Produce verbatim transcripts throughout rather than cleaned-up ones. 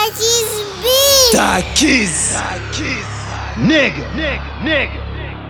Takis beat. Takis. Takis. Nigga. Nigga. Nigga.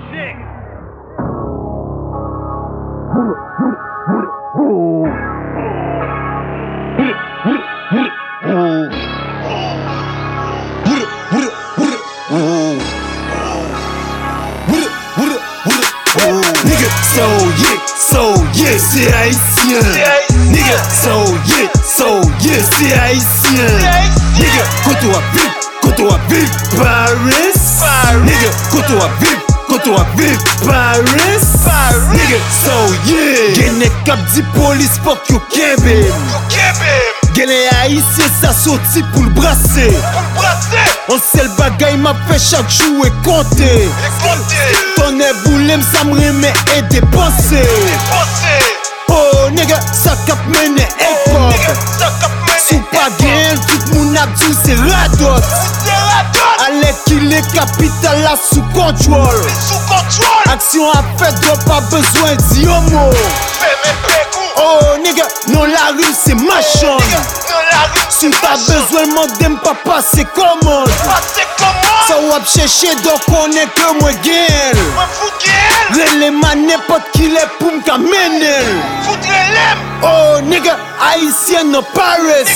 Nigga, so yeah, so yeah, c'est haïtien. Nigga, so yeah, so yeah, c'est haïtien. Nigga, quand on vive, quand on vive Paris. Nigga, quand on vive, quand on vive Paris. Nigga, so yeah. Gene kap di police fuck you kebe. Gene haïtien ça sorti pour le brasser. On sait le bagay m'a fait chaque jour et compter. Ton est boulem ça me remet et dépenser. Oh nigga, ça cap mène hip-hop. Sous pas gain, tout moun a dit c'est radot. Allez qu'il est capital là sous contrôle. Action à fait, donc pas besoin d'yomo. Oh nigga, non la rue c'est machin. Si t'as besoin, demande papa c'est commode. Ça wap chercher donc on est que moi gagne. Relais ma n'importe qui les pour m'kamene. Oh nigga, haïtien no Paris.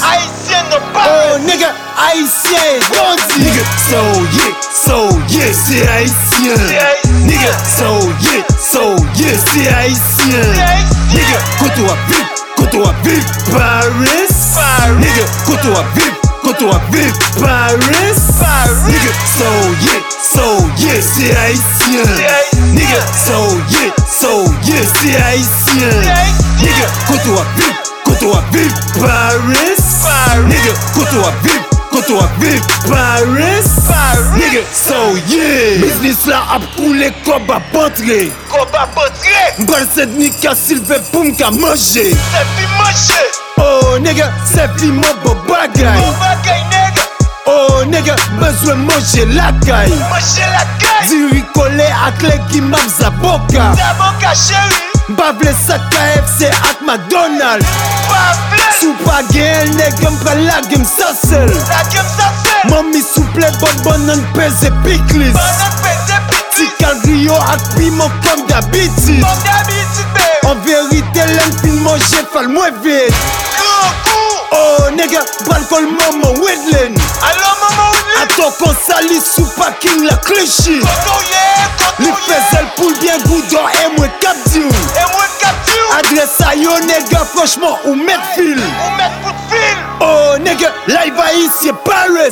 Oh nigga, haïtien don't dit. Nigga, so yeah, so yeah, c'est haïtien. Nigga, so yeah, so yeah, c'est haïtien. Nigga, quand on vive, quand on vive Paris. Nigga, quand on vive, quand on vive Paris. Nigga, so yeah, so yeah, c'est haïtien. Nigga, so yeah, so yeah, c'est haïtien. Nigga, quand on vive, quand on vive Paris. Nigga, quand on vive, quand on vive Paris. Nigga, so yeah. Business là a coulé comme à bantrer. M'bal cette nika silver pour m'ka manger. Oh nigga, c'est fi mon beau bagay. Oh nigga, besoin manger la caille. Diri collé ak les qui m'abza boka. M'bavle sa K F C ak McDonald's. Sou pa gen nigga m'pre la game sa sel. Mami souple bon bon nan pese piklis. Ti calgrio ak piment comme d'habitude. En vérité l'en fin manger fal moins vite. Oh nigga, bral kol maman Wedlen. Attends qu'on sali sous parking la cliché. Li faisait pour bien goudon et moi cap diou. Adresse à yo nigga franchement ou met fil. Oh nigga, live à ici Paris.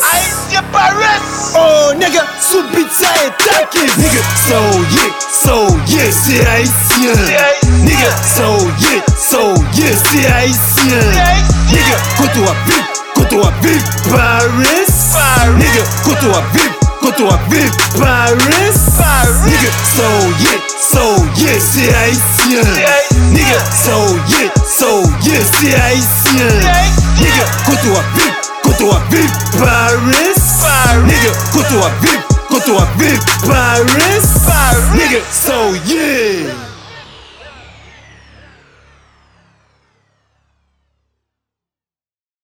Oh nigga, sous pizza et Takis. Nigga, so yeah, so yeah, c'est haïtien. Nigga, so yeah, so yeah, c'est haïtien. Nigga, quand on vive, quand on vive Paris. Nigga, quand on vive, quand on vive Paris. Nigga, so yeah, so yeah, c'est haïtien. Nigga, so yeah, so yeah, c'est haïtien. Nigga, quand on vive, quand on vive Paris. Nigga, quand on vive, quand on vive Paris. Nigga, so yeah.